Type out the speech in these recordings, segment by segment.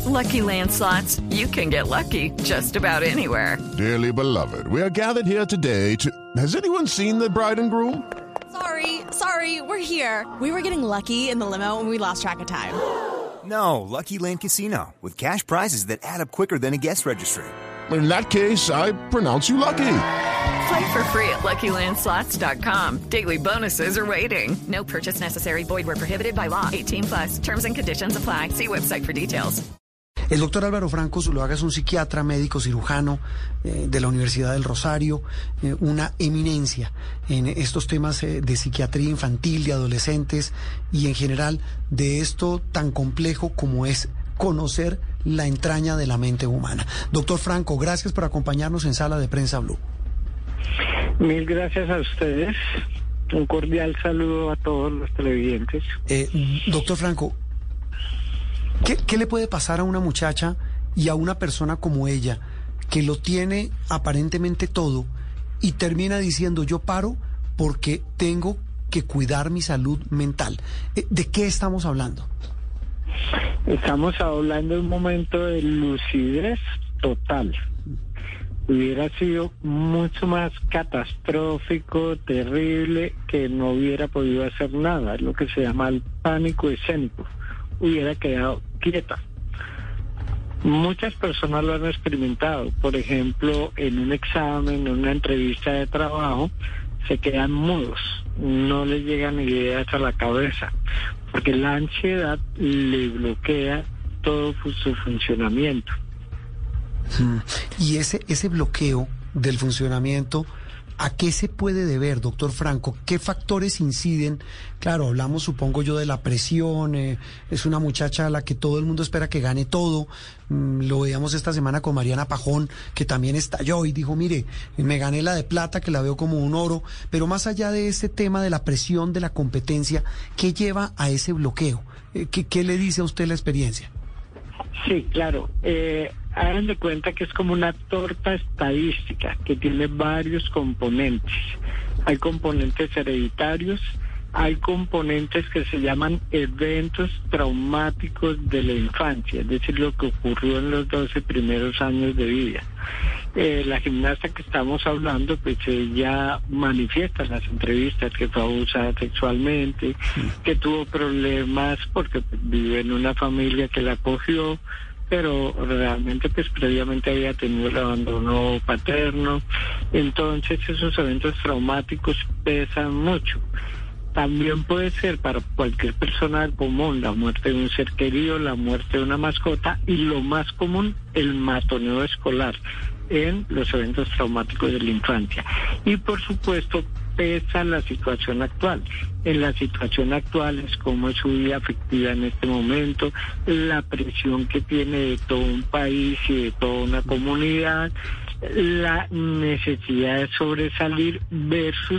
Lucky Land Slots, you can get lucky just about anywhere. Dearly beloved, we are gathered here today to... Has anyone seen the bride and groom? Sorry, we're here. We were getting lucky in the limo and we lost track of time. No, Lucky Land Casino, with cash prizes that add up quicker than a guest registry. In that case, I pronounce you lucky. Play for free at LuckyLandSlots.com. Daily bonuses are waiting. No purchase necessary. Void where prohibited by law. 18+. Terms and conditions apply. See website for details. El doctor Álvaro Franco Zuluaga es un psiquiatra, médico cirujano de la Universidad del Rosario, una eminencia en estos temas de psiquiatría infantil, de adolescentes y en general de esto tan complejo como es conocer la entraña de la mente humana. Doctor Franco, gracias por acompañarnos en Sala de Prensa Blue. Mil gracias a ustedes. Un cordial saludo a todos los televidentes. Doctor Franco, ¿qué le puede pasar a una muchacha y a una persona como ella que lo tiene aparentemente todo y termina diciendo yo paro porque tengo que cuidar mi salud mental? ¿De qué estamos hablando? Estamos hablando de un momento de lucidez total. Hubiera sido mucho más catastrófico, terrible, que no hubiera podido hacer nada. Es lo que se llama el pánico escénico. Hubiera quedado quieta. Muchas personas lo han experimentado. Por ejemplo, en un examen, en una entrevista de trabajo, se quedan mudos. No les llegan ideas a la cabeza, porque la ansiedad le bloquea todo su funcionamiento. Y ese bloqueo del funcionamiento, ¿a qué se puede deber, doctor Franco? ¿Qué factores inciden? Claro, hablamos, supongo yo, de la presión. Es una muchacha a la que todo el mundo espera que gane todo. Lo veíamos esta semana con Mariana Pajón, que también estalló y dijo, mire, me gané la de plata, que la veo como un oro. Pero más allá de ese tema de la presión, de la competencia, ¿qué lleva a ese bloqueo? ¿Qué le dice a usted la experiencia? Sí, claro. Hagan de cuenta que es como una torta estadística que tiene varios componentes. Hay componentes hereditarios, hay componentes que se llaman eventos traumáticos de la infancia, es decir, lo que ocurrió en los 12 primeros años de vida. La gimnasta que estamos hablando, pues ella manifiesta en las entrevistas que fue abusada sexualmente, que tuvo problemas porque vive en una familia que la acogió, pero realmente pues previamente había tenido el abandono paterno. Entonces esos eventos traumáticos pesan mucho. También puede ser para cualquier persona del común la muerte de un ser querido, la muerte de una mascota y lo más común, el matoneo escolar en los eventos traumáticos de la infancia. Y por supuesto pesa la situación actual. En la situación actual es cómo es su vida afectiva en este momento, la presión que tiene de todo un país y de toda una comunidad, la necesidad de sobresalir versus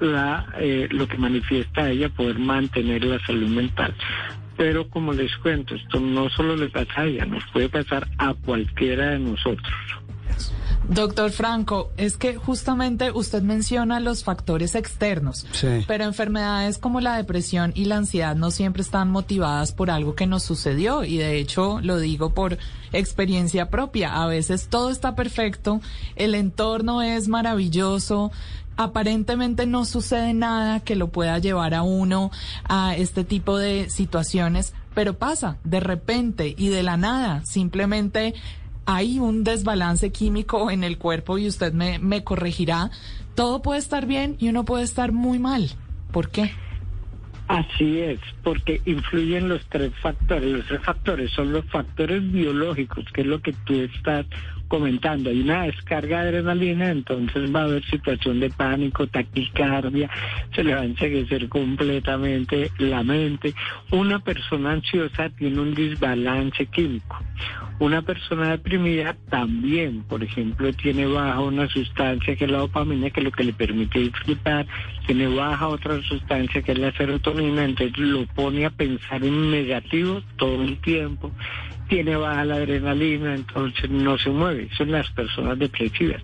lo que manifiesta ella, poder mantener la salud mental. Pero como les cuento, esto no solo le pasa a ella, nos puede pasar a cualquiera de nosotros. Doctor Franco, es que justamente usted menciona los factores externos, sí, pero enfermedades como la depresión y la ansiedad no siempre están motivadas por algo que nos sucedió, y de hecho lo digo por experiencia propia. A veces todo está perfecto, el entorno es maravilloso, aparentemente no sucede nada que lo pueda llevar a uno a este tipo de situaciones, pero pasa de repente y de la nada. Simplemente hay un desbalance químico en el cuerpo y usted me corregirá. Todo puede estar bien y uno puede estar muy mal. ¿Por qué? Así es, porque influyen los tres factores. Los tres factores son los factores biológicos, que es lo que tú estás comentando. Hay una descarga de adrenalina, entonces va a haber situación de pánico, taquicardia, se le va a enseguecer completamente la mente. Una persona ansiosa tiene un desbalance químico. Una persona deprimida también, por ejemplo, tiene baja una sustancia que es la dopamina, que es lo que le permite disfrutar, tiene baja otra sustancia que es la serotonina, entonces lo pone a pensar en negativo todo el tiempo. Tiene baja la adrenalina, entonces no se mueve. Son las personas depresivas.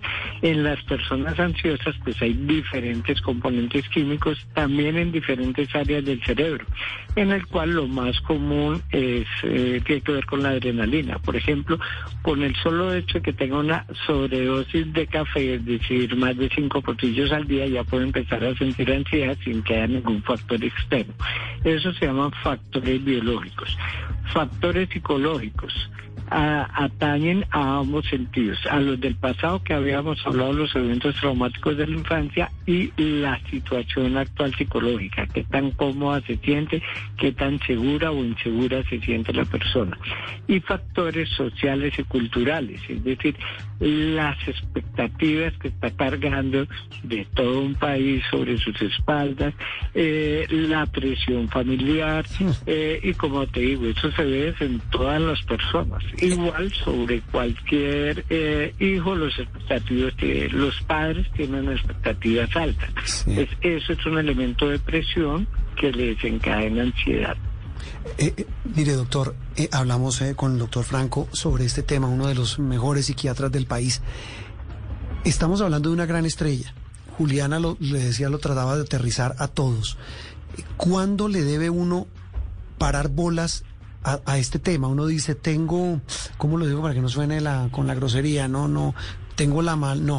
En las personas ansiosas, pues hay diferentes componentes químicos también en diferentes áreas del cerebro, en el cual lo más común es tiene que ver con la adrenalina. Por ejemplo, con el solo hecho de que tenga una sobredosis de café, es decir, más de 5 portillos al día, ya puede empezar a sentir ansiedad sin que haya ningún factor externo. Eso se llaman factores biológicos. Factores psicológicos atañen a ambos sentidos, a los del pasado que habíamos hablado, los eventos traumáticos de la infancia, y la situación actual psicológica, qué tan cómoda se siente, qué tan segura o insegura se siente la persona. Y factores sociales y culturales, es decir, las expectativas que está cargando de todo un país sobre sus espaldas, la presión familiar, y como te digo, eso se ve en todas las personas. Igual sobre cualquier hijo, los padres tienen expectativas altas. Sí. Eso es un elemento de presión que le desencadena ansiedad. Mire, doctor, hablamos con el doctor Franco sobre este tema, uno de los mejores psiquiatras del país. Estamos hablando de una gran estrella. Juliana, le decía, lo trataba de aterrizar a todos. ¿Cuándo le debe uno parar bolas a este tema? Uno dice, ¿cómo lo digo para que no suene con la grosería? No, tengo no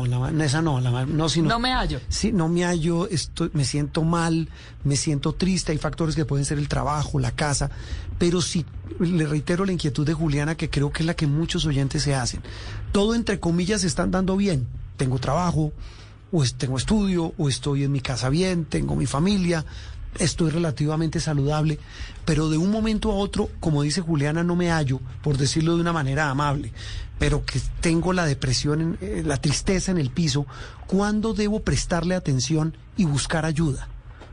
me hallo. Sí, no me hallo, me siento mal, me siento triste, hay factores que pueden ser el trabajo, la casa, pero sí, le reitero la inquietud de Juliana, que creo que es la que muchos oyentes se hacen. Todo entre comillas se están dando bien, tengo trabajo, o tengo estudio, o estoy en mi casa bien, tengo mi familia, estoy relativamente saludable, pero de un momento a otro, como dice Juliana, no me hallo, por decirlo de una manera amable, pero que tengo la depresión, la tristeza en el piso. ¿Cuándo debo prestarle atención y buscar ayuda?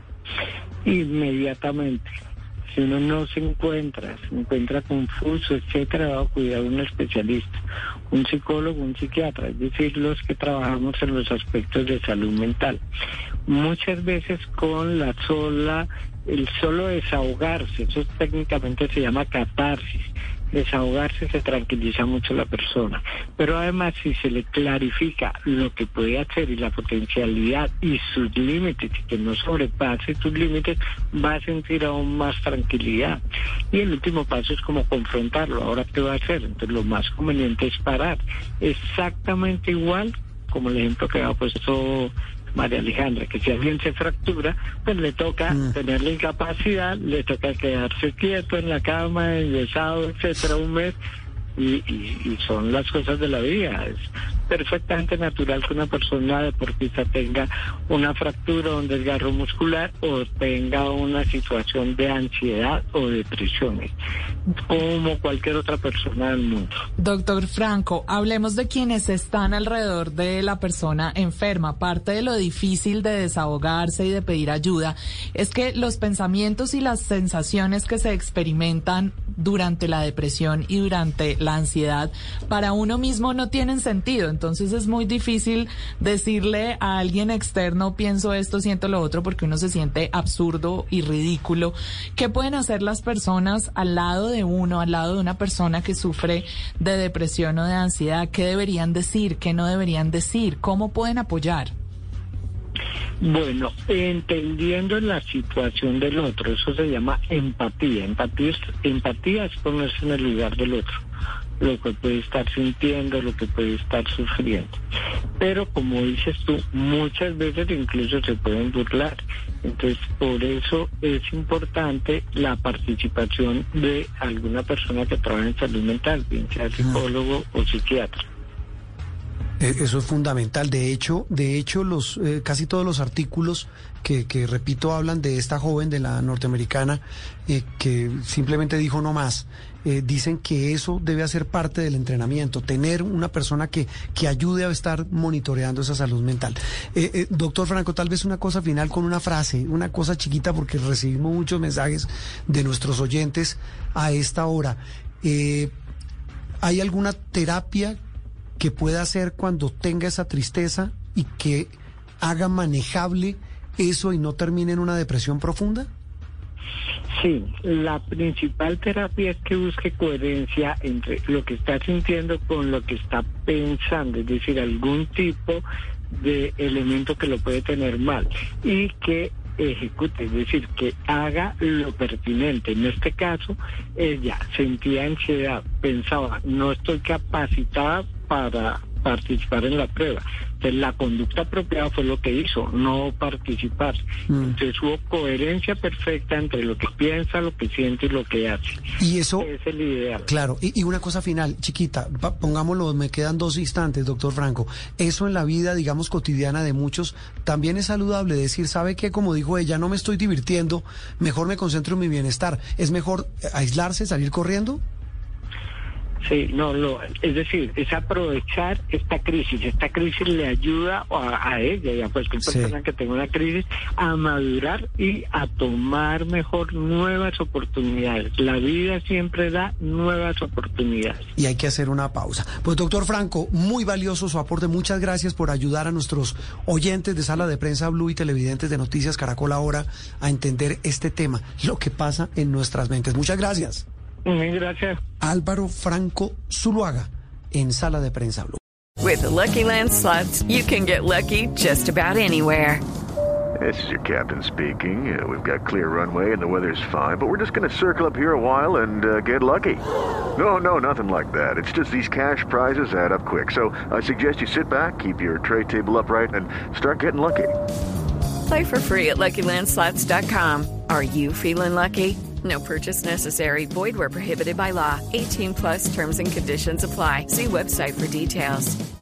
Inmediatamente. Si uno no se encuentra confuso, etcétera, va a cuidar a un especialista, un psicólogo, un psiquiatra, es decir, los que trabajamos en los aspectos de salud mental. Muchas veces con el solo desahogarse, eso técnicamente se llama catarsis. Desahogarse, se tranquiliza mucho la persona, pero además si se le clarifica lo que puede hacer y la potencialidad y sus límites, y que no sobrepase sus límites, va a sentir aún más tranquilidad. Y el último paso es como confrontarlo. Ahora, ¿qué va a hacer? Entonces lo más conveniente es parar, exactamente igual como el ejemplo que ha puesto María Alejandra, que si alguien se fractura, pues le toca tener la incapacidad, le toca quedarse quieto en la cama, enyesado, etcétera, un mes, y son las cosas de la vida. Es perfectamente natural que una persona deportista tenga una fractura o un desgarro muscular o tenga una situación de ansiedad o depresiones, como cualquier otra persona del mundo. Doctor Franco, hablemos de quienes están alrededor de la persona enferma. Parte de lo difícil de desahogarse y de pedir ayuda es que los pensamientos y las sensaciones que se experimentan durante la depresión y durante la ansiedad para uno mismo no tienen sentido. Entonces es muy difícil decirle a alguien externo, pienso esto, siento lo otro, porque uno se siente absurdo y ridículo. ¿Qué pueden hacer las personas al lado de uno, al lado de una persona que sufre de depresión o de ansiedad? ¿Qué deberían decir? ¿Qué no deberían decir? ¿Cómo pueden apoyar? Bueno, entendiendo la situación del otro, eso se llama empatía. Empatía es ponerse en el lugar del otro, lo que puede estar sintiendo, lo que puede estar sufriendo. Pero como dices tú, muchas veces incluso se pueden burlar. Entonces, por eso es importante la participación de alguna persona que trabaja en salud mental, bien sea psicólogo o psiquiatra. Eso es fundamental. De hecho, los casi todos los artículos que repito hablan de esta joven, de la norteamericana, que simplemente dijo no más. Dicen que eso debe hacer parte del entrenamiento, tener una persona que ayude a estar monitoreando esa salud mental. Doctor Franco, tal vez una cosa final con una frase, una cosa chiquita, porque recibimos muchos mensajes de nuestros oyentes a esta hora. ¿Hay alguna terapia que pueda hacer cuando tenga esa tristeza y que haga manejable eso y no termine en una depresión profunda? Sí, la principal terapia es que busque coherencia entre lo que está sintiendo con lo que está pensando, es decir, algún tipo de elemento que lo puede tener mal y que ejecute, es decir, que haga lo pertinente. En este caso, ella sentía ansiedad, pensaba, no estoy capacitada para participar en la prueba. Entonces, la conducta apropiada fue lo que hizo, no participar. Entonces, hubo coherencia perfecta entre lo que piensa, lo que siente y lo que hace. Y eso es el ideal. Claro, y una cosa final, chiquita, pongámoslo, me quedan 2 instantes, doctor Franco. Eso en la vida, digamos, cotidiana de muchos, también es saludable decir, ¿sabe qué? Como dijo ella, no me estoy divirtiendo, mejor me concentro en mi bienestar. ¿Es mejor aislarse, salir corriendo? Sí, es decir, es aprovechar esta crisis. Esta crisis le ayuda a ella y a cualquier persona que tenga una crisis a madurar y a tomar mejor nuevas oportunidades. La vida siempre da nuevas oportunidades. Y hay que hacer una pausa. Pues doctor Franco, muy valioso su aporte. Muchas gracias por ayudar a nuestros oyentes de Sala de Prensa Blue y televidentes de Noticias Caracol Ahora a entender este tema, lo que pasa en nuestras mentes. Muchas gracias. Gracias. Álvaro Franco Zuluaga en Sala de Prensa Blue. With the Lucky Land Slots, you can get lucky just about anywhere. This is your captain speaking. We've got clear runway and the weather's fine, but we're just going to circle up here a while and get lucky. No, nothing like that. It's just these cash prizes add up quick. So I suggest you sit back, keep your tray table upright, and start getting lucky. Play for free at LuckyLandSlots.com. Are you feeling lucky? No purchase necessary. Void where prohibited by law. 18+ terms and conditions apply. See website for details.